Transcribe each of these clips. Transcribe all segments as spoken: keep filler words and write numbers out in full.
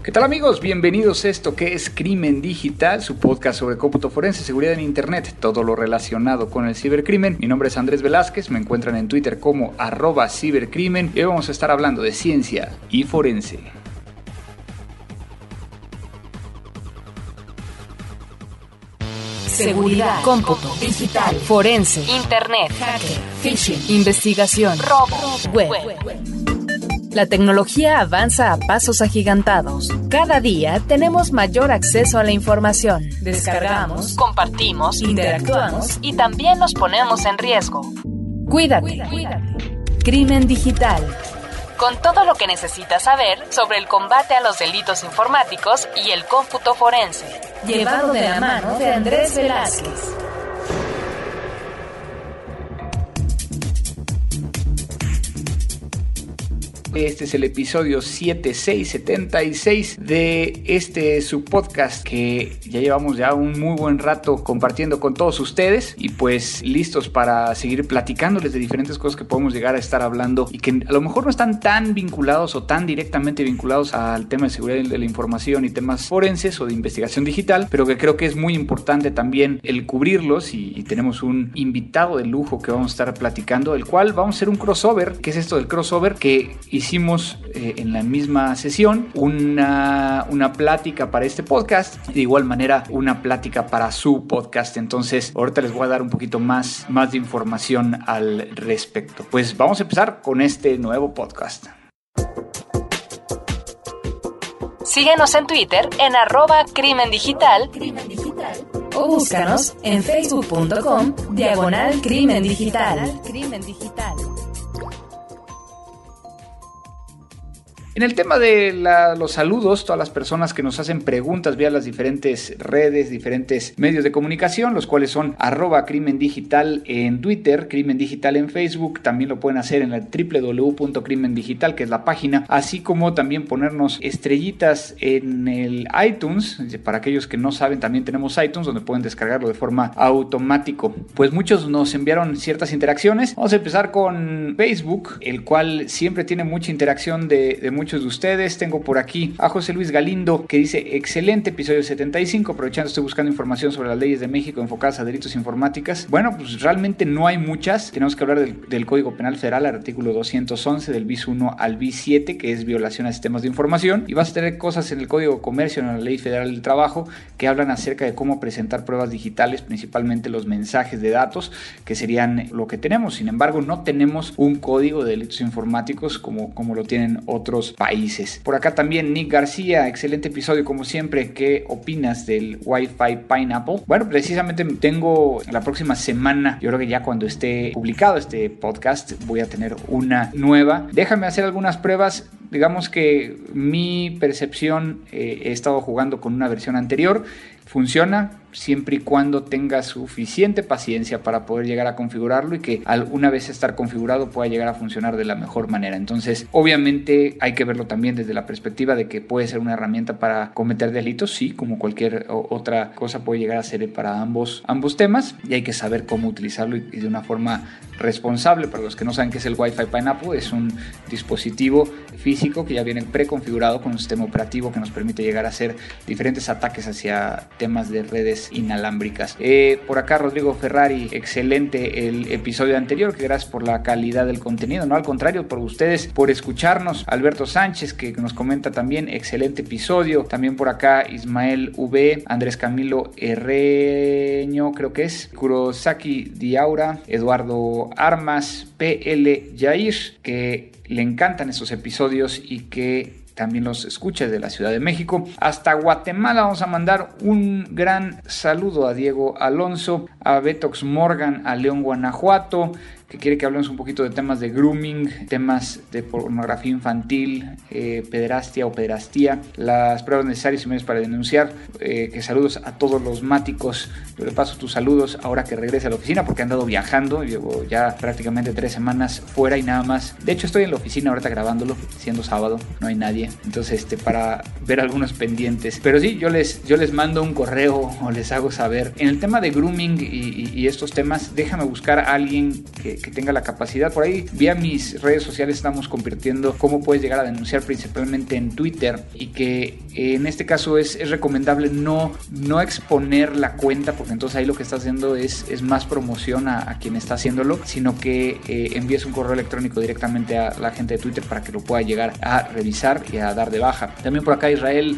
¿Qué tal, amigos? Bienvenidos a esto que es Crimen Digital, su podcast sobre cómputo forense, seguridad en internet, todo lo relacionado con el cibercrimen. Mi nombre es Andrés Velázquez, me encuentran en Twitter como arroba cibercrimen y hoy vamos a estar hablando de ciencia y forense. Seguridad, cómputo, digital, forense, internet, hacker, phishing, investigación, robo, web. La tecnología avanza a pasos agigantados. Cada día tenemos mayor acceso a la información. Descargamos, compartimos, interactuamos y también nos ponemos en riesgo. Cuídate. Cuídate. Crimen Digital. Con todo lo que necesitas saber sobre el combate a los delitos informáticos y el cómputo forense. Llevado de la mano de Andrés Velázquez. Este es el episodio setenta y seis setenta y seis de este subpodcast que ya llevamos ya un muy buen rato compartiendo con todos ustedes y pues listos para seguir platicándoles de diferentes cosas que podemos llegar a estar hablando y que a lo mejor no están tan vinculados o tan directamente vinculados al tema de seguridad de la información y temas forenses o de investigación digital, pero que creo que es muy importante también el cubrirlos y, y tenemos un invitado de lujo que vamos a estar platicando, el cual vamos a hacer un crossover. ¿Qué es esto del crossover? Que hicimos eh, en la misma sesión una, una plática para este podcast y de igual manera una plática para su podcast. Entonces ahorita les voy a dar un poquito más, más de información al respecto. Pues vamos a empezar con este nuevo podcast. Síguenos en Twitter en arroba crimen digital, crimen digital o búscanos en facebook punto com diagonal crimen digital. Crimen digital. En el tema de la, los saludos, todas las personas que nos hacen preguntas vía las diferentes redes, diferentes medios de comunicación, los cuales son arroba crimen digital en Twitter, crimen digital en Facebook, también lo pueden hacer en la doble u doble u doble u punto crimen digital, que es la página, así como también ponernos estrellitas en el iTunes. Para aquellos que no saben, también tenemos iTunes donde pueden descargarlo de forma automática. Pues muchos nos enviaron ciertas interacciones. Vamos a empezar con Facebook, el cual siempre tiene mucha interacción de, de muchos de ustedes. Tengo por aquí a José Luis Galindo que dice: excelente episodio setenta y cinco, aprovechando estoy buscando información sobre las leyes de México enfocadas a delitos informáticas. Bueno, pues realmente no hay muchas. Tenemos que hablar del, del Código Penal Federal, el artículo doscientos once, del bis uno al bis siete, que es violación a sistemas de información, y vas a tener cosas en el Código de Comercio, en la Ley Federal del Trabajo, que hablan acerca de cómo presentar pruebas digitales, principalmente los mensajes de datos, que serían lo que tenemos. Sin embargo, no tenemos un código de delitos informáticos como, como lo tienen otros países. Por acá también Nick García: excelente episodio como siempre, ¿qué opinas del Wi-Fi Pineapple? Bueno, precisamente tengo la próxima semana, yo creo que ya cuando esté publicado este podcast, voy a tener una nueva. Déjame hacer algunas pruebas. Digamos que mi percepción, eh, he estado jugando con una versión anterior, funciona siempre y cuando tenga suficiente paciencia para poder llegar a configurarlo y que al una vez estar configurado pueda llegar a funcionar de la mejor manera. Entonces, obviamente hay que verlo también desde la perspectiva de que puede ser una herramienta para cometer delitos, sí, como cualquier otra cosa puede llegar a ser para ambos, ambos temas, y hay que saber cómo utilizarlo y, y de una forma responsable. Para los que no saben qué es el Wi-Fi Pineapple, es un dispositivo físico que ya viene preconfigurado con un sistema operativo que nos permite llegar a hacer diferentes ataques hacia temas de redes inalámbricas. Eh, por acá Rodrigo Ferrari: excelente el episodio anterior, que gracias por la calidad del contenido. No, al contrario, por ustedes, por escucharnos. Alberto Sánchez, que nos comenta también: excelente episodio. También por acá Ismael V, Andrés Camilo Herreño, creo que es, Kurosaki Diaura, Eduardo Armas, P L Yair, que le encantan estos episodios y que también los escucha desde la Ciudad de México. Hasta Guatemala vamos a mandar un gran saludo a Diego Alonso, a Betox Morgan, a León, Guanajuato, que quiere que hablemos un poquito de temas de grooming, temas de pornografía infantil, eh, pederastia o pederastía, las pruebas necesarias y medios para denunciar. Eh, que saludos a todos los máticos. Yo le paso tus saludos ahora que regrese a la oficina, porque he andado viajando, llevo ya prácticamente tres semanas fuera y nada más. De hecho, estoy en la oficina ahorita grabándolo, siendo sábado, no hay nadie, entonces este, para ver algunos pendientes. Pero sí, yo les, yo les mando un correo o les hago saber. En el tema de grooming y, y, y estos temas, déjame buscar a alguien que que tenga la capacidad. Por ahí, vía mis redes sociales estamos compartiendo cómo puedes llegar a denunciar, principalmente en Twitter, y que eh, en este caso es, es recomendable no, no exponer la cuenta, porque entonces ahí lo que estás haciendo es, es más promoción a, a quien está haciéndolo, sino que eh, envíes un correo electrónico directamente a la gente de Twitter para que lo pueda llegar a revisar y a dar de baja. También por acá Israel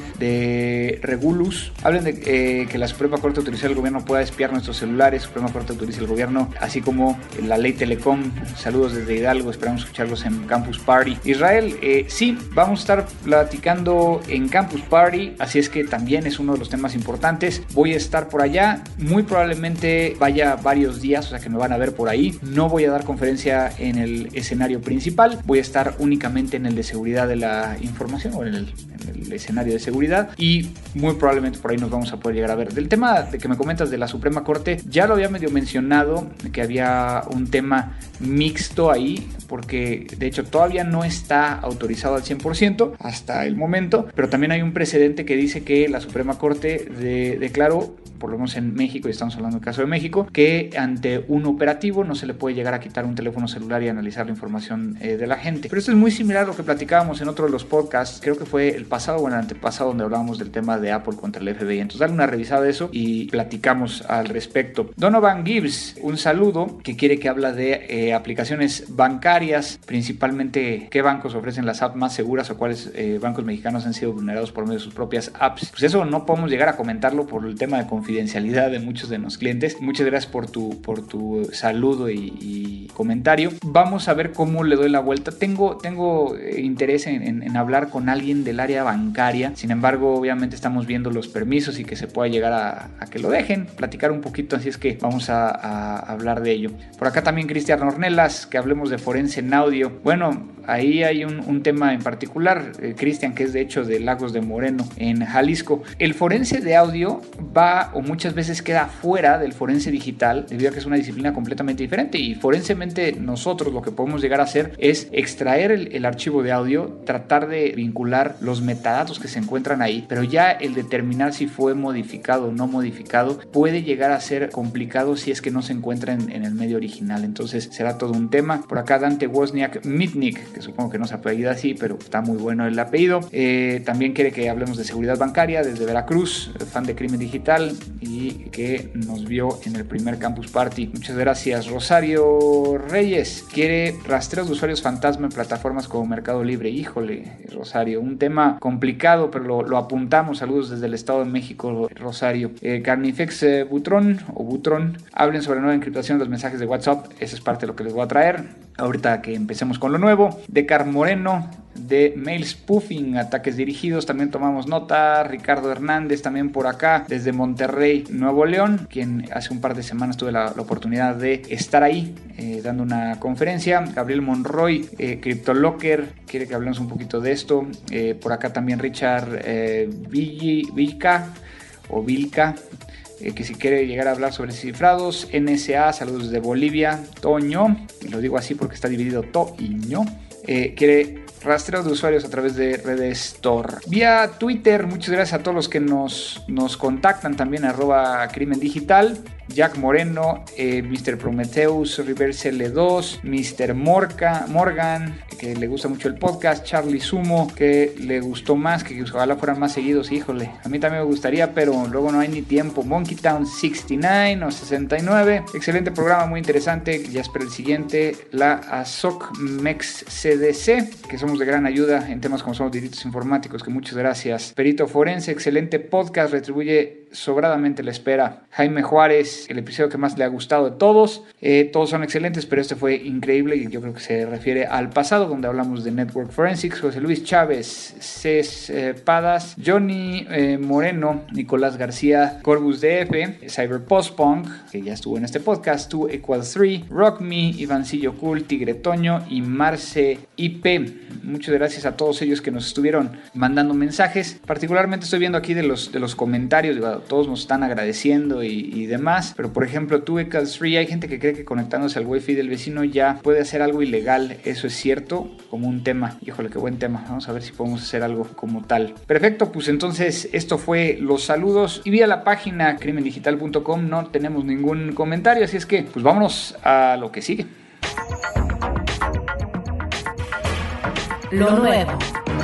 de Regulus hablan de eh, que la Suprema Corte autorizó al gobierno pueda espiar nuestros celulares. Suprema Corte autoriza al gobierno, así como la ley Telecom. Saludos desde Hidalgo, esperamos escucharlos en Campus Party. Israel, eh, sí, vamos a estar platicando en Campus Party, así es que también es uno de los temas importantes. Voy a estar por allá, muy probablemente vaya varios días, o sea que me van a ver por ahí. No voy a dar conferencia en el escenario principal, voy a estar únicamente en el de seguridad de la información o en el, en el escenario de seguridad, y muy probablemente por ahí nos vamos a poder llegar a ver. Del tema de que me comentas de la Suprema Corte, ya lo había medio mencionado, que había un tema mixto ahí, porque de hecho todavía no está autorizado al cien por ciento hasta el momento, pero también hay un precedente que dice que la Suprema Corte de, declaró, por lo menos en México, y estamos hablando del caso de México, que ante un operativo no se le puede llegar a quitar un teléfono celular y analizar la información eh, de la gente. Pero esto es muy similar a lo que platicábamos en otro de los podcasts, creo que fue el pasado o el antepasado, donde hablábamos del tema de Apple contra el F B I. Entonces dale una revisada de eso y platicamos al respecto. Donovan Gibbs, un saludo, que quiere que habla de eh, aplicaciones bancarias, principalmente qué bancos ofrecen las apps más seguras o cuáles eh, bancos mexicanos han sido vulnerados por medio de sus propias apps. Pues eso no podemos llegar a comentarlo por el tema de confidencialidad de muchos de los clientes. Muchas gracias por tu, por tu saludo y, y comentario. Vamos a ver cómo le doy la vuelta. Tengo, tengo interés en, en, en hablar con alguien del área bancaria. Sin embargo, obviamente estamos viendo los permisos y que se pueda llegar a, a que lo dejen, platicar un poquito, así es que vamos a, a hablar de ello. Por acá también Cristian Ornelas, que hablemos de forense en audio. Bueno, ahí hay un, un tema en particular, eh, Cristian, que es de hecho de Lagos de Moreno, en Jalisco. El forense de audio va o muchas veces queda fuera del forense digital, debido a que es una disciplina completamente diferente, y forensemente nosotros lo que podemos llegar a hacer es extraer el, el archivo de audio, tratar de vincular los metadatos que se encuentran ahí, pero ya el determinar si fue modificado o no modificado puede llegar a ser complicado si es que no se encuentra en, en el medio original. Entonces será todo un tema. Por acá Dante Wozniak Mitnick, que supongo que no se apellida así, pero está muy bueno el apellido, eh, también quiere que hablemos de seguridad bancaria desde Veracruz, fan de Crimen Digital y que nos vio en el primer Campus Party. Muchas gracias. Rosario Reyes quiere rastreos de usuarios fantasma en plataformas como Mercado Libre. Híjole, Rosario, un tema complicado, pero lo, lo apuntamos. Saludos desde el Estado de México, Rosario. Eh, Carnifex eh, Butrón o Butrón, hablen sobre la nueva encriptación de los mensajes de WhatsApp. Eso es parte de lo que les voy a traer ahorita que empecemos con lo nuevo. Decar Moreno, de mail spoofing, ataques dirigidos, también tomamos nota. Ricardo Hernández también por acá desde Monterrey, Nuevo León, quien hace un par de semanas tuve la, la oportunidad de estar ahí eh, dando una conferencia. Gabriel Monroy, eh, CryptoLocker, quiere que hablemos un poquito de esto. Eh, por acá también Richard eh, Vilca o Vilca, Eh, que si quiere llegar a hablar sobre cifrados. N S A, saludos desde Bolivia. Toño, y lo digo así porque está dividido To y ño, eh, quiere rastreo de usuarios a través de redes Tor. Vía Twitter, muchas gracias a todos los que nos, nos contactan también, arroba Crimen Digital. Jack Moreno, eh, mister Prometheus, Reverse L dos, mister Morca, Morgan, que le gusta mucho el podcast, Charlie Sumo, que le gustó más, que ojalá fueran más seguidos. Híjole, a mí también me gustaría, pero luego no hay ni tiempo. Monkey Town sesenta y nueve o sesenta y nueve, excelente programa, muy interesante, ya espero el siguiente. La ASOC Mex C D C, que somos de gran ayuda en temas como son los delitos informáticos, que muchas gracias. Perito Forense, excelente podcast, retribuye sobradamente la espera. Jaime Juárez, el episodio que más le ha gustado de todos. Eh, todos son excelentes, pero este fue increíble y yo creo que se refiere al pasado, donde hablamos de Network Forensics. José Luis Chávez, Cés eh, Padas, Johnny eh, Moreno, Nicolás García, Corbus D F, Cyber Postpunk, que ya estuvo en este podcast, two equal three, Rock Me, Ivancillo Cool, Tigre Toño y Marce I P. Muchas gracias a todos ellos que nos estuvieron mandando mensajes. Particularmente estoy viendo aquí de los, de los comentarios, digo, todos nos están agradeciendo y, y demás, pero por ejemplo two equal three, hay gente que cree que conectándose al wifi del vecino ya puede hacer algo ilegal. Eso es cierto, como un tema. Híjole, qué buen tema. Vamos a ver si podemos hacer algo como tal. Perfecto, pues entonces esto fue los saludos, y vía la página crimen digital punto com no tenemos ningún comentario, así es que pues vámonos a lo que sigue. Lo nuevo.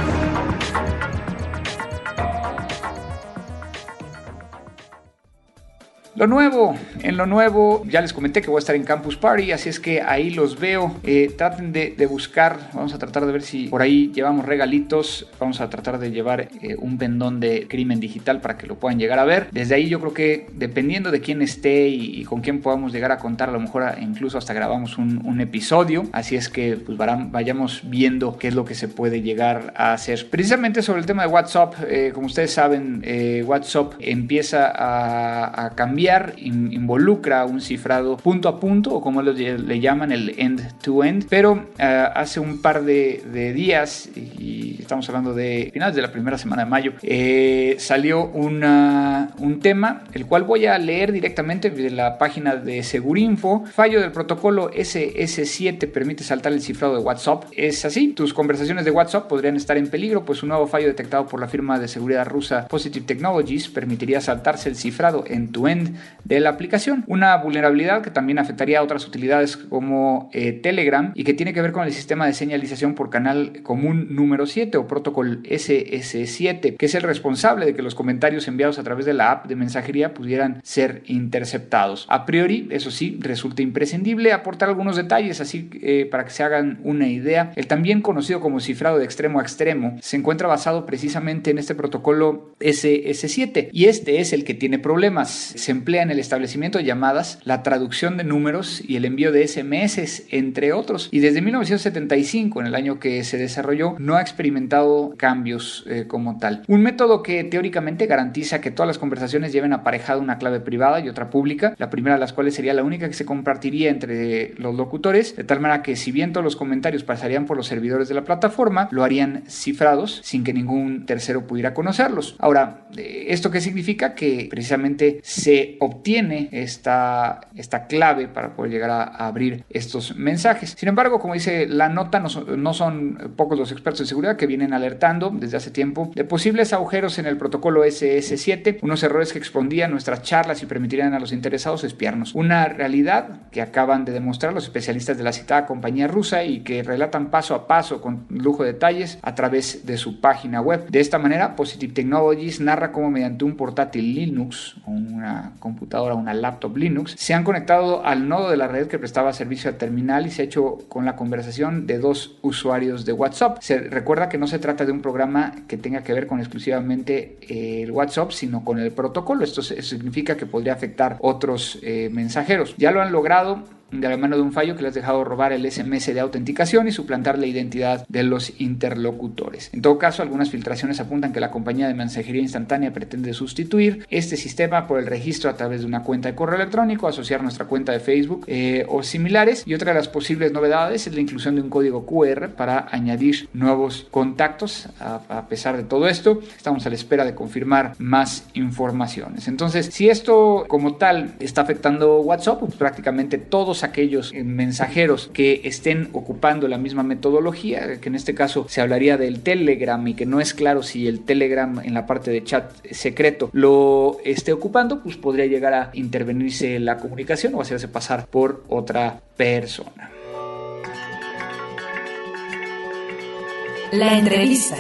Lo nuevo, en lo nuevo, ya les comenté que voy a estar en Campus Party, así es que ahí los veo. Eh, traten de, de buscar, vamos a tratar de ver si por ahí llevamos regalitos. Vamos a tratar de llevar eh, un pendón de Crimen Digital para que lo puedan llegar a ver. Desde ahí yo creo que dependiendo de quién esté y, y con quién podamos llegar a contar, a lo mejor incluso hasta grabamos un, un episodio. Así es que pues vayamos viendo qué es lo que se puede llegar a hacer. Precisamente sobre el tema de WhatsApp, eh, como ustedes saben, eh, WhatsApp empieza a, a cambiar. Involucra un cifrado punto a punto, o como le, le llaman el end-to-end, pero uh, hace un par de, de días, y estamos hablando de finales de la primera semana de mayo, eh, salió una, un tema, el cual voy a leer directamente de la página de Segurinfo. Fallo del protocolo ese ese siete permite saltar el cifrado de WhatsApp. Es así, tus conversaciones de WhatsApp podrían estar en peligro, pues un nuevo fallo detectado por la firma de seguridad rusa Positive Technologies permitiría saltarse el cifrado end-to-end de la aplicación, una vulnerabilidad que también afectaría a otras utilidades como eh, Telegram y que tiene que ver con el sistema de señalización por canal común número siete o protocolo ese ese siete, que es el responsable de que los comentarios enviados a través de la app de mensajería pudieran ser interceptados. A priori, eso sí, resulta imprescindible aportar algunos detalles, así eh, para que se hagan una idea. El también conocido como cifrado de extremo a extremo se encuentra basado precisamente en este protocolo ese ese siete, y este es el que tiene problemas. Se emplea en el establecimiento de llamadas, la traducción de números y el envío de ese eme eses, entre otros. Y desde mil novecientos setenta y cinco, en el año que se desarrolló, no ha experimentado cambios eh, como tal. Un método que teóricamente garantiza que todas las conversaciones lleven aparejada una clave privada y otra pública, la primera de las cuales sería la única que se compartiría entre los locutores, de tal manera que si bien todos los comentarios pasarían por los servidores de la plataforma, lo harían cifrados sin que ningún tercero pudiera conocerlos. Ahora, ¿esto qué significa? Que precisamente se obtiene esta, esta clave para poder llegar a, a abrir estos mensajes. Sin embargo, como dice la nota, no son, no son pocos los expertos en seguridad que vienen alertando desde hace tiempo de posibles agujeros en el protocolo ese ese siete, unos errores que expondrían nuestras charlas y permitirían a los interesados espiarnos. Una realidad que acaban de demostrar los especialistas de la citada compañía rusa y que relatan paso a paso con lujo de detalles a través de su página web. De esta manera, Positive Technologies narra cómo mediante un portátil Linux o una computadora, una laptop Linux, se han conectado al nodo de la red que prestaba servicio al terminal y se ha hecho con la conversación de dos usuarios de WhatsApp. Se recuerda que no se trata de un programa que tenga que ver con exclusivamente eh, el WhatsApp, sino con el protocolo. Esto significa que podría afectar otros eh, mensajeros. Ya lo han logrado de la mano de un fallo que les ha dejado robar el ese eme ese de autenticación y suplantar la identidad de los interlocutores. En todo caso, algunas filtraciones apuntan que la compañía de mensajería instantánea pretende sustituir este sistema por el registro a través de una cuenta de correo electrónico, asociar nuestra cuenta de Facebook eh, o similares, y otra de las posibles novedades es la inclusión de un código cu erre para añadir nuevos contactos. A, a pesar de todo esto, estamos a la espera de confirmar más informaciones. Entonces, si esto como tal está afectando WhatsApp, pues prácticamente todos aquellos mensajeros que estén ocupando la misma metodología, que en este caso se hablaría del Telegram, y que no es claro si el Telegram en la parte de chat secreto lo esté ocupando, pues podría llegar a intervenirse la comunicación o hacerse pasar por otra persona. La entrevista.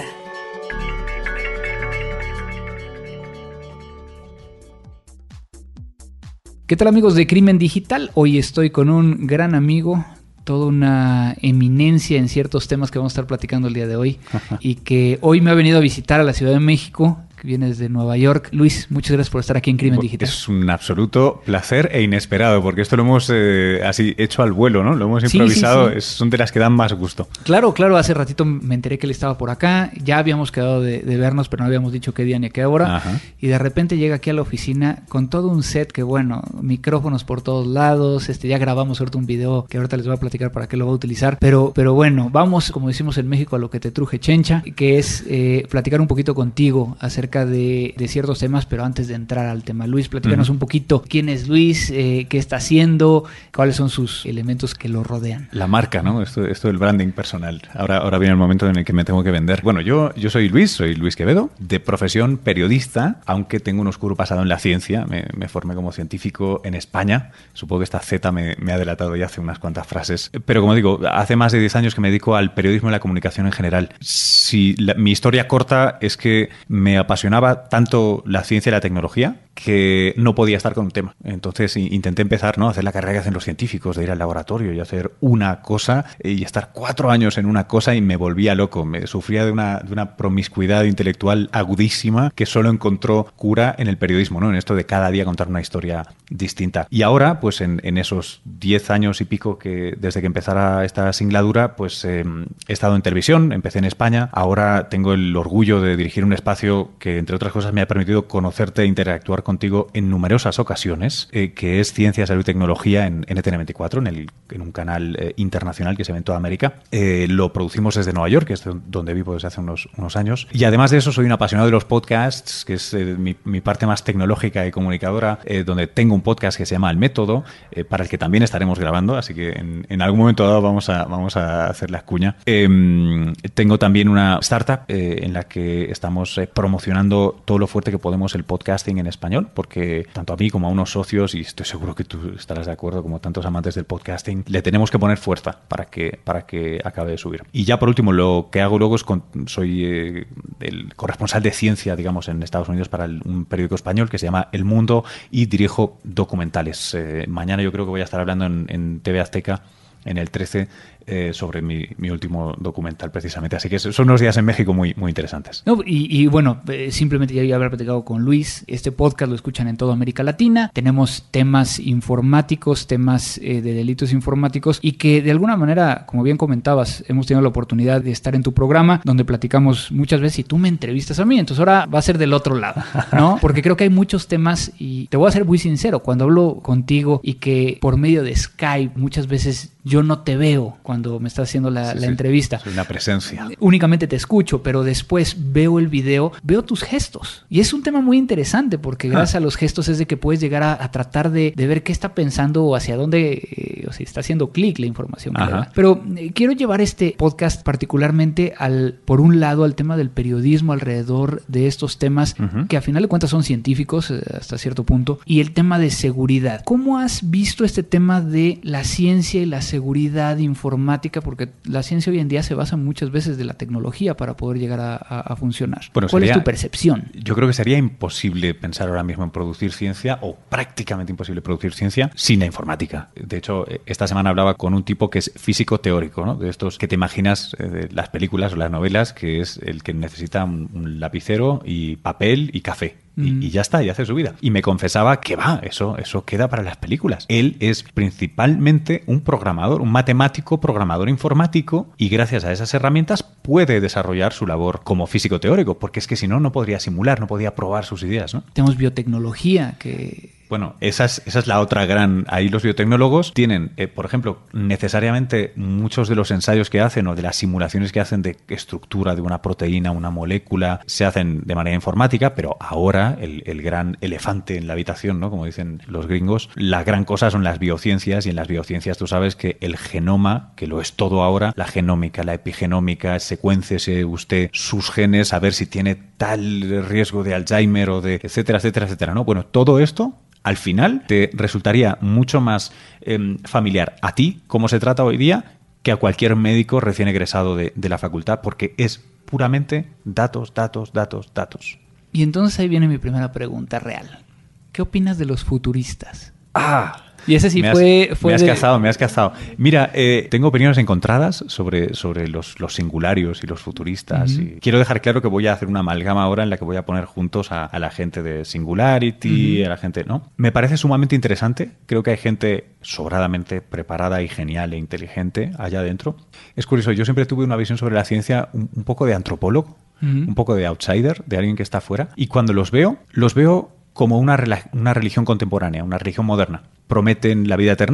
¿Qué tal, amigos de Crimen Digital? Hoy estoy con un gran amigo, toda una eminencia en ciertos temas que vamos a estar platicando el día de hoy y que hoy me ha venido a visitar a la Ciudad de México, que viene desde Nueva York. Luis, muchas gracias por estar aquí en Crimen Digital. Es un absoluto placer e inesperado, porque esto lo hemos eh, así hecho al vuelo, ¿no? Lo hemos improvisado, sí, sí, sí. Es, son de las que dan más gusto. Claro, claro, hace ratito me enteré que él estaba por acá, ya habíamos quedado de, de vernos, pero no habíamos dicho qué día ni a qué hora. Ajá. Y de repente llega aquí a la oficina con todo un set que, bueno, micrófonos por todos lados, este ya grabamos ahorita un video que ahorita les voy a platicar para qué lo voy a utilizar, pero, pero bueno, vamos, como decimos en México, a lo que te truje chencha, que es eh, platicar un poquito contigo acerca acerca de, de ciertos temas, pero antes de entrar al tema, Luis, platícanos uh-huh. un poquito quién es Luis, eh, qué está haciendo, cuáles son sus elementos que lo rodean. La marca, ¿no? Esto, esto del branding personal. Ahora, ahora viene el momento en el que me tengo que vender. Bueno, yo, yo soy Luis, soy Luis Quevedo, de profesión periodista, aunque tengo un oscuro pasado en la ciencia. Me, me formé como científico en España. Supongo que esta Z me, me ha delatado ya hace unas cuantas frases. Pero como digo, hace más de diez años que me dedico al periodismo y la comunicación en general. Si la, mi historia corta es que me apasionaba tanto la ciencia y la tecnología que no podía estar con un tema. Entonces intenté empezar, ¿no?, a hacer la carrera que hacen los científicos, de ir al laboratorio y hacer una cosa y estar cuatro años en una cosa, y me volvía loco. Me sufría de una, de una promiscuidad intelectual agudísima que solo encontró cura en el periodismo, ¿no?, en esto de cada día contar una historia distinta. Y ahora, pues en, en esos diez años y pico que desde que empezara esta singladura, pues eh, he estado en televisión, empecé en España, ahora tengo el orgullo de dirigir un espacio que, entre otras cosas, me ha permitido conocerte e interactuar contigo en numerosas ocasiones, eh, que es Ciencia, Salud y Tecnología en N T N veinticuatro, en, el, en un canal eh, internacional que se ve en toda América. Eh, lo producimos desde Nueva York, que es donde vivo desde hace unos, unos años. Y además de eso, soy un apasionado de los podcasts, que es eh, mi, mi parte más tecnológica y comunicadora, eh, donde tengo un podcast que se llama El Método, eh, para el que también estaremos grabando, así que en, en algún momento dado vamos a, vamos a hacer la cuña. Eh, tengo también una startup eh, en la que estamos eh, promocionando todo lo fuerte que podemos el podcasting en español, porque tanto a mí como a unos socios, y estoy seguro que tú estarás de acuerdo, como tantos amantes del podcasting, le tenemos que poner fuerza para que, para que acabe de subir. Y ya por último, lo que hago luego es con, soy eh, el corresponsal de ciencia, digamos, en Estados Unidos para el, un periódico español que se llama El Mundo, y dirijo documentales. Eh, mañana yo creo que voy a estar hablando en, en T V Azteca, en el trece, eh, sobre mi, mi último documental, precisamente. Así que son unos días en México muy, muy interesantes. No, y, y bueno, eh, simplemente ya había platicado con Luis. Este podcast lo escuchan en toda América Latina. Tenemos temas informáticos, temas eh, de delitos informáticos, y que de alguna manera, como bien comentabas, hemos tenido la oportunidad de estar en tu programa, donde platicamos muchas veces y tú me entrevistas a mí. Entonces ahora va a ser del otro lado, ¿no? Porque creo que hay muchos temas, y te voy a ser muy sincero, cuando hablo contigo y que por medio de Skype muchas veces yo no te veo cuando me estás haciendo la, sí, la sí. entrevista. Soy una presencia. Únicamente te escucho, pero después veo el video, veo tus gestos. Y es un tema muy interesante, porque gracias ah. a los gestos es de que puedes llegar a, a tratar de, de ver qué está pensando o hacia dónde eh, o sea, está haciendo clic la información que le da. Pero eh, quiero llevar este podcast particularmente al, por un lado, al tema del periodismo alrededor de estos temas, uh-huh. que a final de cuentas son científicos eh, hasta cierto punto, y el tema de seguridad. ¿Cómo has visto este tema de la ciencia y la seguridad? seguridad informática, porque la ciencia hoy en día se basa muchas veces de la tecnología para poder llegar a, a, a funcionar. Bueno, ¿cuál sería, es tu percepción? Yo creo que sería imposible pensar ahora mismo en producir ciencia, o prácticamente imposible producir ciencia, sin la informática. De hecho, esta semana hablaba con un tipo que es físico teórico, ¿no? De estos que te imaginas eh, de las películas o las novelas, que es el que necesita un, un lapicero y papel y café. Y, y ya está, y hace su vida. Y me confesaba que va, eso, eso queda para las películas. Él es principalmente un programador, un matemático, programador informático, y gracias a esas herramientas puede desarrollar su labor como físico teórico, porque es que si no, no podría simular, no podría probar sus ideas, ¿no? Tenemos biotecnología que... Bueno, esa es, esa es la otra gran... Ahí los biotecnólogos tienen, eh, por ejemplo, necesariamente muchos de los ensayos que hacen o de las simulaciones que hacen de estructura de una proteína, una molécula, se hacen de manera informática, pero ahora el, el gran elefante en la habitación, ¿no?, como dicen los gringos, la gran cosa son las biociencias, y en las biociencias tú sabes que el genoma, que lo es todo ahora, la genómica, la epigenómica, secuéncese usted sus genes, a ver si tiene tal riesgo de Alzheimer o de etcétera, etcétera, etcétera, ¿no? Bueno, todo esto al final te resultaría mucho más eh, familiar a ti, cómo se trata hoy día, que a cualquier médico recién egresado de, de la facultad, porque es puramente datos, datos, datos, datos. Y entonces ahí viene mi primera pregunta real. ¿Qué opinas de los futuristas? Ah, y ese sí me fue... Has, fue me has de... cazado, me has cazado. Mira, eh, tengo opiniones encontradas sobre, sobre los, los singularios y los futuristas. Uh-huh. Y quiero dejar claro que voy a hacer una amalgama ahora en la que voy a poner juntos a, a la gente de Singularity, uh-huh. a la gente... ¿no? Me parece sumamente interesante. Creo que hay gente sobradamente preparada y genial e inteligente allá adentro. Es curioso, yo siempre tuve una visión sobre la ciencia un, un poco de antropólogo, uh-huh. un poco de outsider, de alguien que está afuera. Y cuando los veo, los veo como una, una religión contemporánea, una religión moderna. Prometen la vida eterna,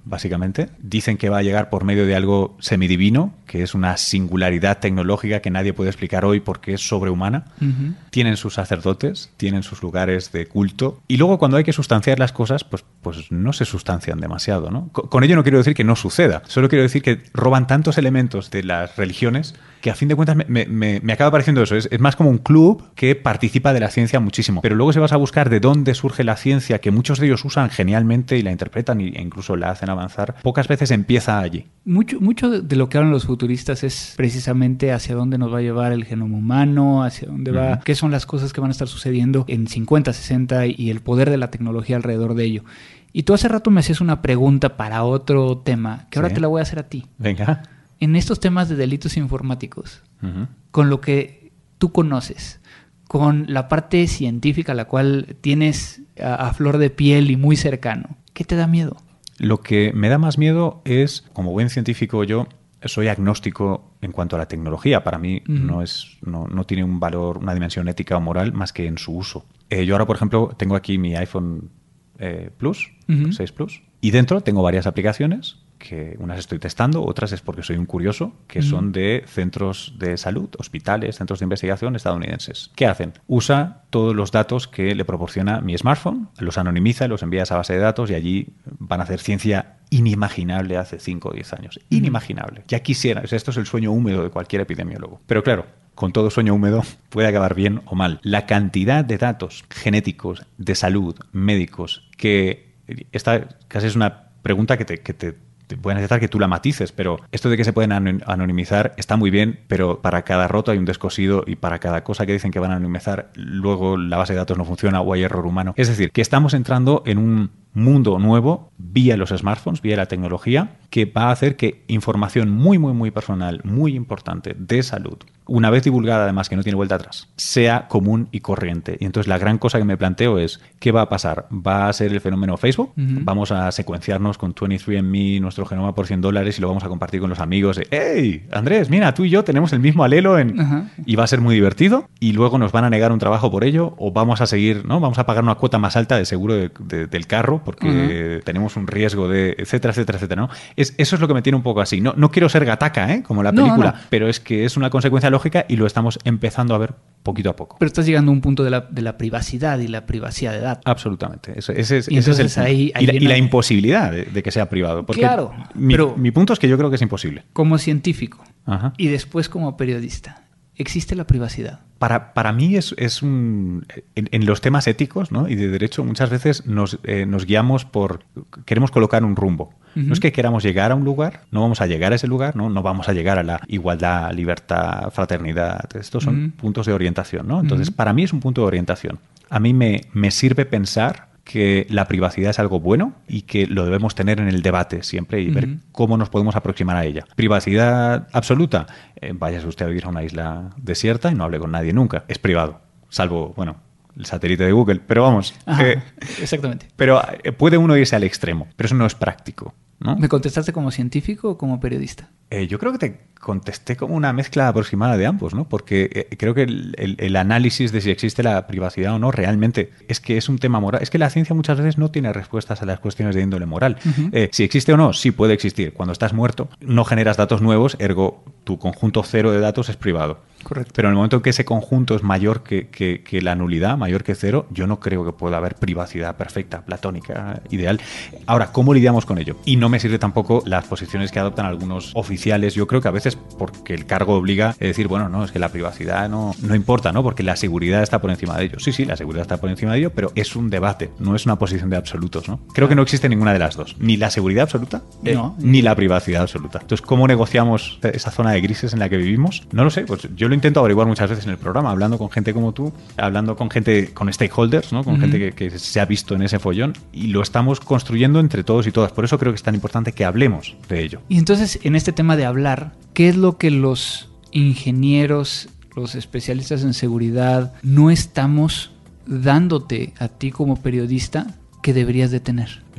básicamente. Dicen que va a llegar por medio de algo semidivino, que es una singularidad tecnológica que nadie puede explicar hoy porque es sobrehumana. Uh-huh. Tienen sus sacerdotes, tienen sus lugares de culto. Y luego cuando hay que sustanciar las cosas, pues, pues no se sustancian demasiado, ¿no? Con, con ello no quiero decir que no suceda. Solo quiero decir que roban tantos elementos de las religiones que a fin de cuentas me, me, me, me acaba pareciendo eso. Es, es más como un club que participa de la ciencia muchísimo. Pero luego si vas a buscar de dónde surge la ciencia, que muchos de ellos usan genialmente y la interpretan e incluso la hacen avanzar, pocas veces empieza allí. Mucho, mucho de lo que hablan los futuristas es precisamente hacia dónde nos va a llevar el genoma humano, hacia dónde va, uh-huh. qué son las cosas que van a estar sucediendo en cincuenta, sesenta y el poder de la tecnología alrededor de ello. Y tú hace rato me hacías una pregunta para otro tema, que ahora ¿Sí? te la voy a hacer a ti. Venga. En estos temas de delitos informáticos, uh-huh. con lo que tú conoces, con la parte científica, la cual tienes a, a flor de piel y muy cercano, ¿qué te da miedo? Lo que me da más miedo es, como buen científico yo, soy agnóstico en cuanto a la tecnología. Para mí uh-huh. no es no, no tiene un valor, una dimensión ética o moral más que en su uso. Eh, yo ahora, por ejemplo, tengo aquí mi iPhone eh, Plus, uh-huh. seis Plus, y dentro tengo varias aplicaciones que unas estoy testando, otras es porque soy un curioso, que uh-huh. son de centros de salud, hospitales, centros de investigación estadounidenses. ¿Qué hacen? Usa todos los datos que le proporciona mi smartphone, los anonimiza, los envía a esa base de datos y allí van a hacer ciencia inimaginable hace cinco o diez años. Uh-huh. Inimaginable. Ya quisiera. O sea, esto es el sueño húmedo de cualquier epidemiólogo. Pero claro, con todo sueño húmedo puede acabar bien o mal. La cantidad de datos genéticos, de salud, médicos, que esta casi es una pregunta que te... Que te voy a necesitar que tú la matices, pero esto de que se pueden anonimizar está muy bien, pero para cada roto hay un descosido y para cada cosa que dicen que van a anonimizar, luego la base de datos no funciona o hay error humano. Es decir, que estamos entrando en un mundo nuevo vía los smartphones, vía la tecnología, que va a hacer que información muy, muy, muy personal, muy importante de salud, una vez divulgada además que no tiene vuelta atrás, sea común y corriente. Y entonces la gran cosa que me planteo es, ¿qué va a pasar? ¿Va a ser el fenómeno Facebook? Uh-huh. ¿Vamos a secuenciarnos con veintitrés and me nuestro genoma por cien dólares y lo vamos a compartir con los amigos? De, ¡hey, Andrés, mira, tú y yo tenemos el mismo alelo en... Uh-huh. Y va a ser muy divertido y luego nos van a negar un trabajo por ello o vamos a seguir, ¿no? Vamos a pagar una cuota más alta de seguro de, de, del carro porque uh-huh. tenemos un riesgo de etcétera, etcétera, etcétera, ¿no? Es, eso es lo que me tiene un poco así. No, no quiero ser gataca, ¿eh? Como la película, no, no. pero es que es una consecuencia lógica y lo estamos empezando a ver poquito a poco. Pero estás llegando a un punto de la, de la privacidad y la privacidad de datos. Absolutamente. Ese, ese, y ese es el punto. Ahí, ahí y, la, viene... y la imposibilidad de, de que sea privado. Porque claro. Mi, pero mi punto es que yo creo que es imposible. Como científico Ajá. y después como periodista, ¿existe la privacidad? Para, para mí es, es un... En, en los temas éticos, ¿no? y de derecho muchas veces nos, eh, nos guiamos por... Queremos colocar un rumbo. Uh-huh. No es que queramos llegar a un lugar, no vamos a llegar a ese lugar, no, no vamos a llegar a la igualdad, libertad, fraternidad. Estos son uh-huh. puntos de orientación, ¿no? Entonces, uh-huh. para mí es un punto de orientación. A mí me, me sirve pensar que la privacidad es algo bueno y que lo debemos tener en el debate siempre y uh-huh. ver cómo nos podemos aproximar a ella. Privacidad absoluta. Eh, váyase usted a vivir a una isla desierta y no hable con nadie nunca. Es privado, salvo, bueno, el satélite de Google. Pero vamos. Ajá, eh, exactamente. Pero puede uno irse al extremo, pero eso no es práctico, ¿no? ¿Me contestaste como científico o como periodista? Eh, yo creo que te contesté como una mezcla aproximada de ambos, ¿no? Porque eh, creo que el, el, el análisis de si existe la privacidad o no realmente es que es un tema moral. Es que la ciencia muchas veces no tiene respuestas a las cuestiones de índole moral. Uh-huh. Eh, si existe o no, sí puede existir. Cuando estás muerto, no generas datos nuevos, ergo tu conjunto cero de datos es privado. Correcto. Pero en el momento en que ese conjunto es mayor que, que, que la nulidad, mayor que cero, yo no creo que pueda haber privacidad perfecta, platónica, ideal. Ahora, ¿cómo lidiamos con ello? Y no me sirve tampoco las posiciones que adoptan algunos oficiales. Yo creo que a veces porque el cargo obliga a decir, bueno, no, es que la privacidad no, no importa, ¿no? Porque la seguridad está por encima de ello. Sí, sí, la seguridad está por encima de ello, pero es un debate, no es una posición de absolutos, ¿no? Creo que no existe ninguna de las dos. Ni la seguridad absoluta, eh, no. ni la privacidad absoluta. Entonces, ¿cómo negociamos esa zona de grises en la que vivimos? No lo sé, pues yo lo intento averiguar muchas veces en el programa, hablando con gente como tú, hablando con gente, con stakeholders, ¿no? Con uh-huh. gente que, que se ha visto en ese follón y lo estamos construyendo entre todos y todas. Por eso creo que es tan importante que hablemos de ello. Y entonces, en este tema de hablar, ¿qué es lo que los ingenieros, los especialistas en seguridad, no estamos dándote a ti como periodista que deberías de tener?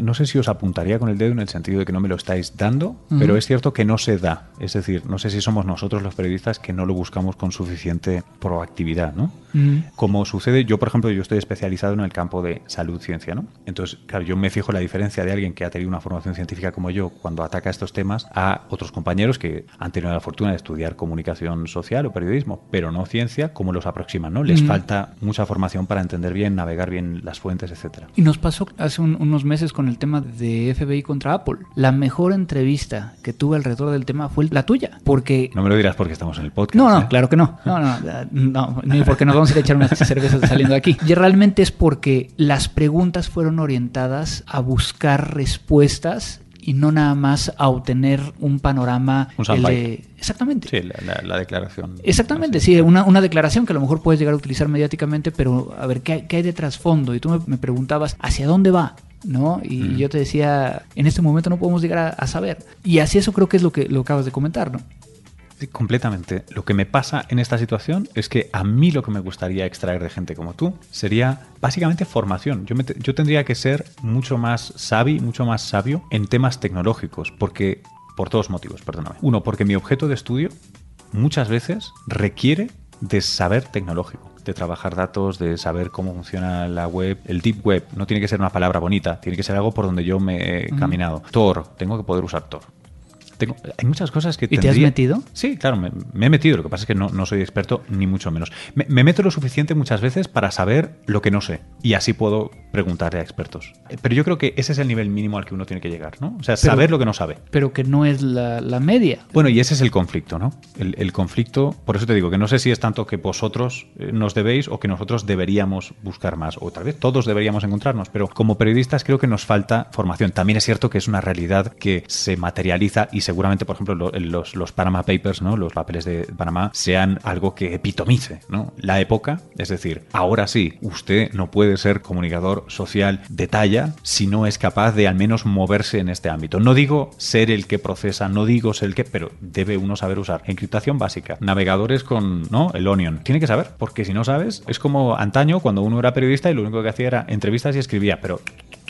no sé si os apuntaría con el dedo en el sentido de que no me lo estáis dando, uh-huh. pero es cierto que no se da. Es decir, no sé si somos nosotros los periodistas que no lo buscamos con suficiente proactividad, ¿no? Uh-huh. Como sucede, yo por ejemplo, yo estoy especializado en el campo de salud-ciencia, ¿no? Entonces, claro, yo me fijo la diferencia de alguien que ha tenido una formación científica como yo cuando ataca estos temas a otros compañeros que han tenido la fortuna de estudiar comunicación social o periodismo, pero no ciencia, cómo los aproximan, ¿no? Les uh-huh. falta mucha formación para entender bien, navegar bien las fuentes, etcétera. Y nos pasó hace un, unos meses con el tema de F B I contra Apple. La mejor entrevista que tuve alrededor del tema fue la tuya, porque... No me lo dirás porque estamos en el podcast. No, no, ¿eh? Claro que no. No, no, no, ni porque nos vamos a ir a echar unas cervezas saliendo de aquí. Y realmente es porque las preguntas fueron orientadas a buscar respuestas y no nada más a obtener un panorama... Un soundbite. De... Exactamente. Sí, la, la, la declaración. Exactamente, sí, una, una declaración que a lo mejor puedes llegar a utilizar mediáticamente, pero a ver, ¿qué, qué hay de trasfondo? Y tú me, me preguntabas, ¿hacia dónde va? ¿No? Y mm. yo te decía, en este momento no podemos llegar a, a saber. Y así eso creo que es lo que lo acabas de comentar, ¿no? Sí, completamente. Lo que me pasa en esta situación es que a mí lo que me gustaría extraer de gente como tú sería básicamente formación. Yo, me te, yo tendría que ser mucho más sabio, mucho más sabio en temas tecnológicos, porque por dos motivos, perdóname. Uno, porque mi objeto de estudio muchas veces requiere de saber tecnológico, de trabajar datos, de saber cómo funciona la web. El deep web no tiene que ser una palabra bonita, tiene que ser algo por donde yo me he caminado. Uh-huh. Tor, tengo que poder usar Tor. Tengo, hay muchas cosas que ¿Y tendría... te has metido? Sí, claro, me, me he metido. Lo que pasa es que no, no soy experto, ni mucho menos. Me, me meto lo suficiente muchas veces para saber lo que no sé. Y así puedo preguntarle a expertos. Pero yo creo que ese es el nivel mínimo al que uno tiene que llegar, ¿no? O sea, pero, saber lo que no sabe. Pero que no es la, la media. Bueno, y ese es el conflicto, ¿no? El, el conflicto, por eso te digo que no sé si es tanto que vosotros nos debéis o que nosotros deberíamos buscar más. O tal vez todos deberíamos encontrarnos. Pero como periodistas creo que nos falta formación. También es cierto que es una realidad que se materializa y seguramente, por ejemplo, lo, Los, los Panama Papers, ¿no? Los papeles de Panamá, sean algo que epitomice, ¿no? La época, es decir, ahora sí, usted no puede ser comunicador social de talla si no es capaz de al menos moverse en este ámbito. No digo ser el que procesa, no digo ser el que, pero debe uno saber usar encriptación básica, navegadores con, ¿no? El Onion. Tiene que saber, porque si no sabes, es como antaño cuando uno era periodista y lo único que hacía era entrevistas y escribía, pero...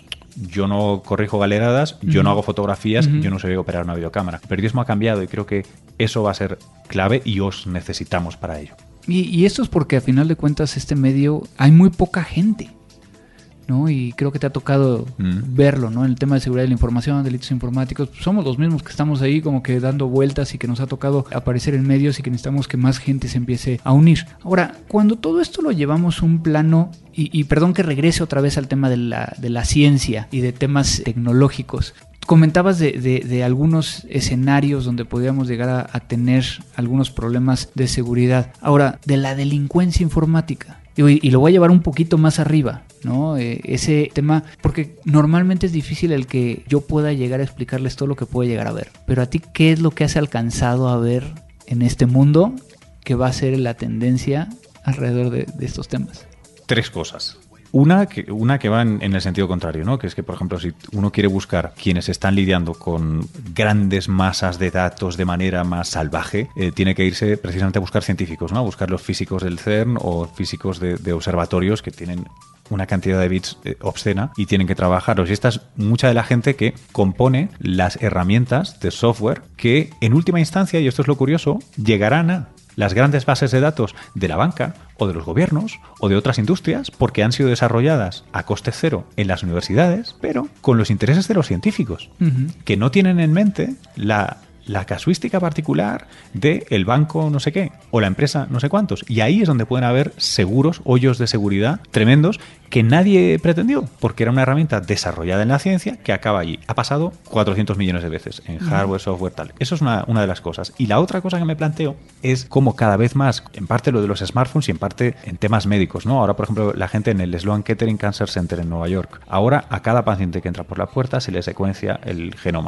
Yo no corrijo galeradas, uh-huh. yo no hago fotografías, uh-huh. yo no sé operar una videocámara. El periodismo ha cambiado y creo que eso va a ser clave y os necesitamos para ello. Y, y esto es porque a final de cuentas este medio hay muy poca gente, ¿no? Y creo que te ha tocado mm. verlo, ¿no? En el tema de seguridad de la información, delitos informáticos, pues somos los mismos que estamos ahí como que dando vueltas y que nos ha tocado aparecer en medios y que necesitamos que más gente se empiece a unir. Ahora, cuando todo esto lo llevamos a un plano, y, y perdón que regrese otra vez al tema de la, de la ciencia y de temas tecnológicos, comentabas de, de, de algunos escenarios donde podríamos llegar a, a tener algunos problemas de seguridad. Ahora, de la delincuencia informática. Y, y lo voy a llevar un poquito más arriba, ¿no? Eh, ese tema, porque normalmente es difícil el que yo pueda llegar a explicarles todo lo que puedo llegar a ver. Pero a ti, ¿qué es lo que has alcanzado a ver en este mundo que va a ser la tendencia alrededor de, de estos temas? Tres cosas. Una que, una que va en, en el sentido contrario, ¿no? Que es que, por ejemplo, si uno quiere buscar quienes están lidiando con grandes masas de datos de manera más salvaje, eh, tiene que irse precisamente a buscar científicos, ¿no? A buscar los físicos del CERN o físicos de, de observatorios que tienen una cantidad de bits eh, obscena y tienen que trabajarlos. Y esta es mucha de la gente que compone las herramientas de software que, en última instancia, y esto es lo curioso, llegarán a las grandes bases de datos de la banca o de los gobiernos o de otras industrias porque han sido desarrolladas a coste cero en las universidades, pero con los intereses de los científicos, uh-huh. que no tienen en mente la, la casuística particular del banco no sé qué o la empresa no sé cuántos. Y ahí es donde pueden haber seguros, hoyos de seguridad tremendos que nadie pretendió, porque era una herramienta desarrollada en la ciencia que acaba allí. Ha pasado cuatrocientos millones de veces en hardware, software, tal. Eso es una, una de las cosas. Y la otra cosa que me planteo es cómo cada vez más, en parte lo de los smartphones y en parte en temas médicos, ¿no? Ahora, por ejemplo, la gente en el Sloan Kettering Cancer Center en Nueva York, ahora a cada paciente que entra por la puerta se le secuencia el genoma.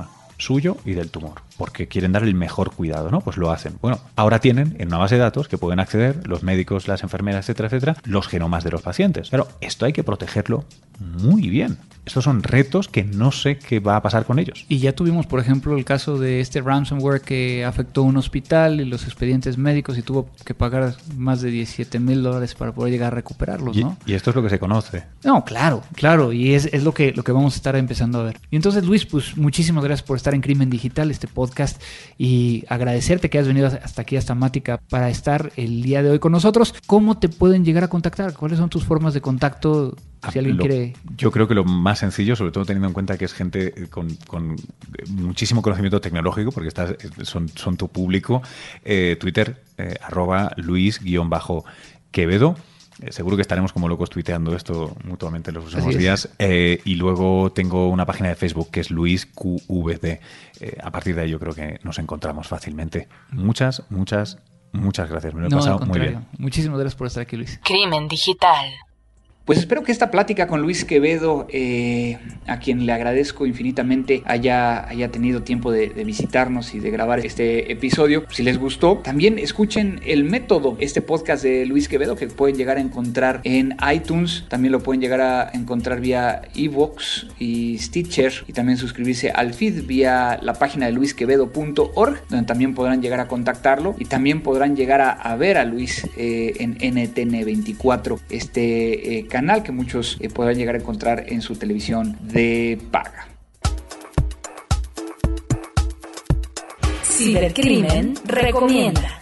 suyo y del tumor, porque quieren dar el mejor cuidado, ¿no? Pues lo hacen. Bueno, ahora tienen en una base de datos que pueden acceder los médicos, las enfermeras, etcétera, etcétera, los genomas de los pacientes. Pero esto hay que protegerlo muy bien. Estos son retos que no sé qué va a pasar con ellos. Y ya tuvimos, por ejemplo, el caso de este ransomware que afectó un hospital y los expedientes médicos y tuvo que pagar más de diecisiete mil dólares para poder llegar a recuperarlos, ¿no? Y, y esto es lo que se conoce. No, claro, claro. Y es, es lo que, lo que vamos a estar empezando a ver. Y entonces, Luis, pues muchísimas gracias por estar en Crimen Digital, este podcast, y agradecerte que hayas venido hasta aquí, hasta Mática, para estar el día de hoy con nosotros. ¿Cómo te pueden llegar a contactar? ¿Cuáles son tus formas de contacto? Si alguien lo, quiere... Yo creo que lo más sencillo, sobre todo teniendo en cuenta que es gente con, con muchísimo conocimiento tecnológico, porque estás, son, son tu público, eh, Twitter, eh, arroba Luis-Quevedo. Eh, seguro que estaremos como locos tuiteando esto mutuamente en los próximos días. Eh, y luego tengo una página de Facebook que es Luis Q V D. Eh, a partir de ahí yo creo que nos encontramos fácilmente. Muchas, muchas, muchas gracias. Me lo he no, pasado muy bien. Muchísimas gracias por estar aquí, Luis. Crimen Digital. Pues espero que esta plática con Luis Quevedo, eh, a quien le agradezco infinitamente, haya, haya tenido tiempo de, de visitarnos y de grabar este episodio. Si les gustó, también escuchen El Método, este podcast de Luis Quevedo que pueden llegar a encontrar en iTunes. También lo pueden llegar a encontrar vía iVoox y Stitcher, y también suscribirse al feed vía la página de luis quevedo punto org, donde también podrán llegar a contactarlo y también podrán llegar a, a ver a Luis eh, en N T N veinticuatro, este eh, canal que muchos eh, podrán llegar a encontrar en su televisión de paga. Cibercrimen recomienda.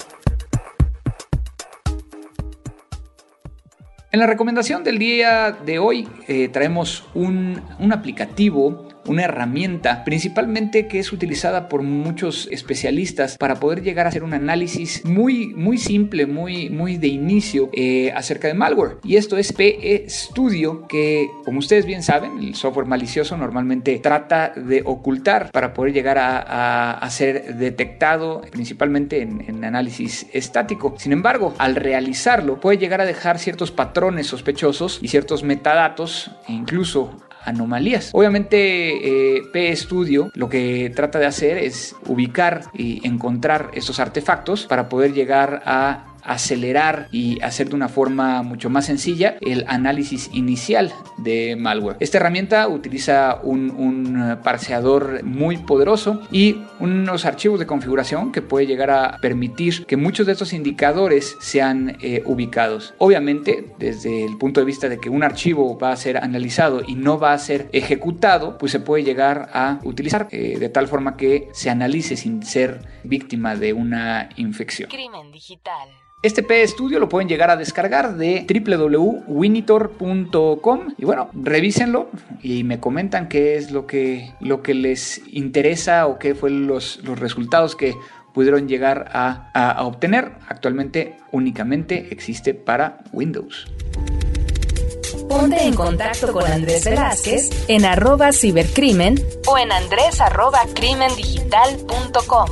En la recomendación del día de hoy eh, traemos un, un aplicativo, una herramienta principalmente que es utilizada por muchos especialistas para poder llegar a hacer un análisis muy, muy simple, muy, muy de inicio eh, acerca de malware. Y esto es P E Studio, que como ustedes bien saben, el software malicioso normalmente trata de ocultar para poder llegar a, a, a ser detectado principalmente en, en análisis estático. Sin embargo, al realizarlo puede llegar a dejar ciertos patrones sospechosos y ciertos metadatos e incluso anomalías. Obviamente eh, P E Studio lo que trata de hacer es ubicar y encontrar estos artefactos para poder llegar a acelerar y hacer de una forma mucho más sencilla el análisis inicial de malware. Esta herramienta utiliza un, un parseador muy poderoso y unos archivos de configuración que puede llegar a permitir que muchos de estos indicadores sean eh, ubicados. Obviamente, desde el punto de vista de que un archivo va a ser analizado y no va a ser ejecutado, pues se puede llegar a utilizar eh, de tal forma que se analice sin ser víctima de una infección. Crimen Digital. Este P E Studio lo pueden llegar a descargar de w w w punto winitor punto com y bueno, revísenlo y me comentan qué es lo que, lo que les interesa o qué fueron los, los resultados que pudieron llegar a, a, a obtener. Actualmente únicamente existe para Windows. Ponte en contacto con Andrés Velázquez en arroba cibercrimen o en andrés arroba crimendigital punto com.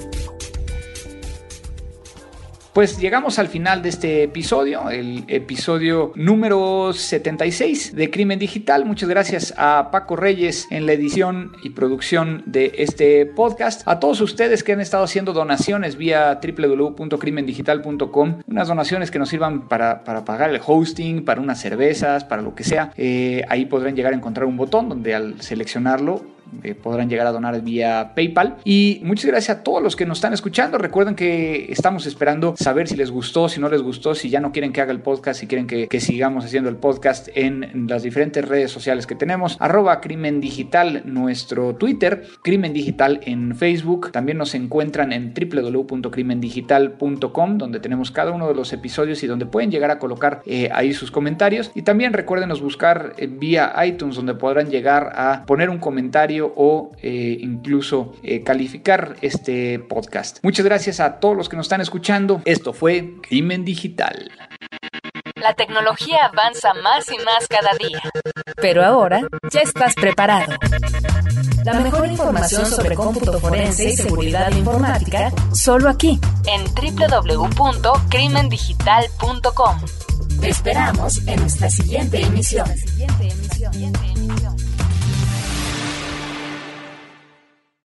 Pues llegamos al final de este episodio, el episodio número setenta y seis de Crimen Digital. Muchas gracias a Paco Reyes en la edición y producción de este podcast. A todos ustedes que han estado haciendo donaciones vía w w w punto crimen digital punto com, unas donaciones que nos sirvan para, para pagar el hosting, para unas cervezas, para lo que sea. Eh, ahí podrán llegar a encontrar un botón donde al seleccionarlo Eh, podrán llegar a donar vía PayPal. Y muchas gracias a todos los que nos están escuchando. Recuerden que estamos esperando saber si les gustó, si no les gustó, si ya no quieren que haga el podcast, si quieren que, que sigamos haciendo el podcast en, en las diferentes redes sociales que tenemos. Arroba Crimen Digital, nuestro Twitter, Crimen Digital en Facebook. También nos encuentran en w w w punto crimen digital punto com, donde tenemos cada uno de los episodios y donde pueden llegar a colocar eh, ahí sus comentarios. Y también recuérdenos buscar eh, vía iTunes, donde podrán llegar a poner un comentario o eh, incluso eh, calificar este podcast. Muchas gracias a todos los que nos están escuchando. Esto fue Crimen Digital. La tecnología avanza más y más cada día. Pero ahora ya estás preparado. La mejor información sobre cómputo forense y seguridad informática solo aquí en w w w punto crimen digital punto com. Te esperamos en nuestra siguiente emisión.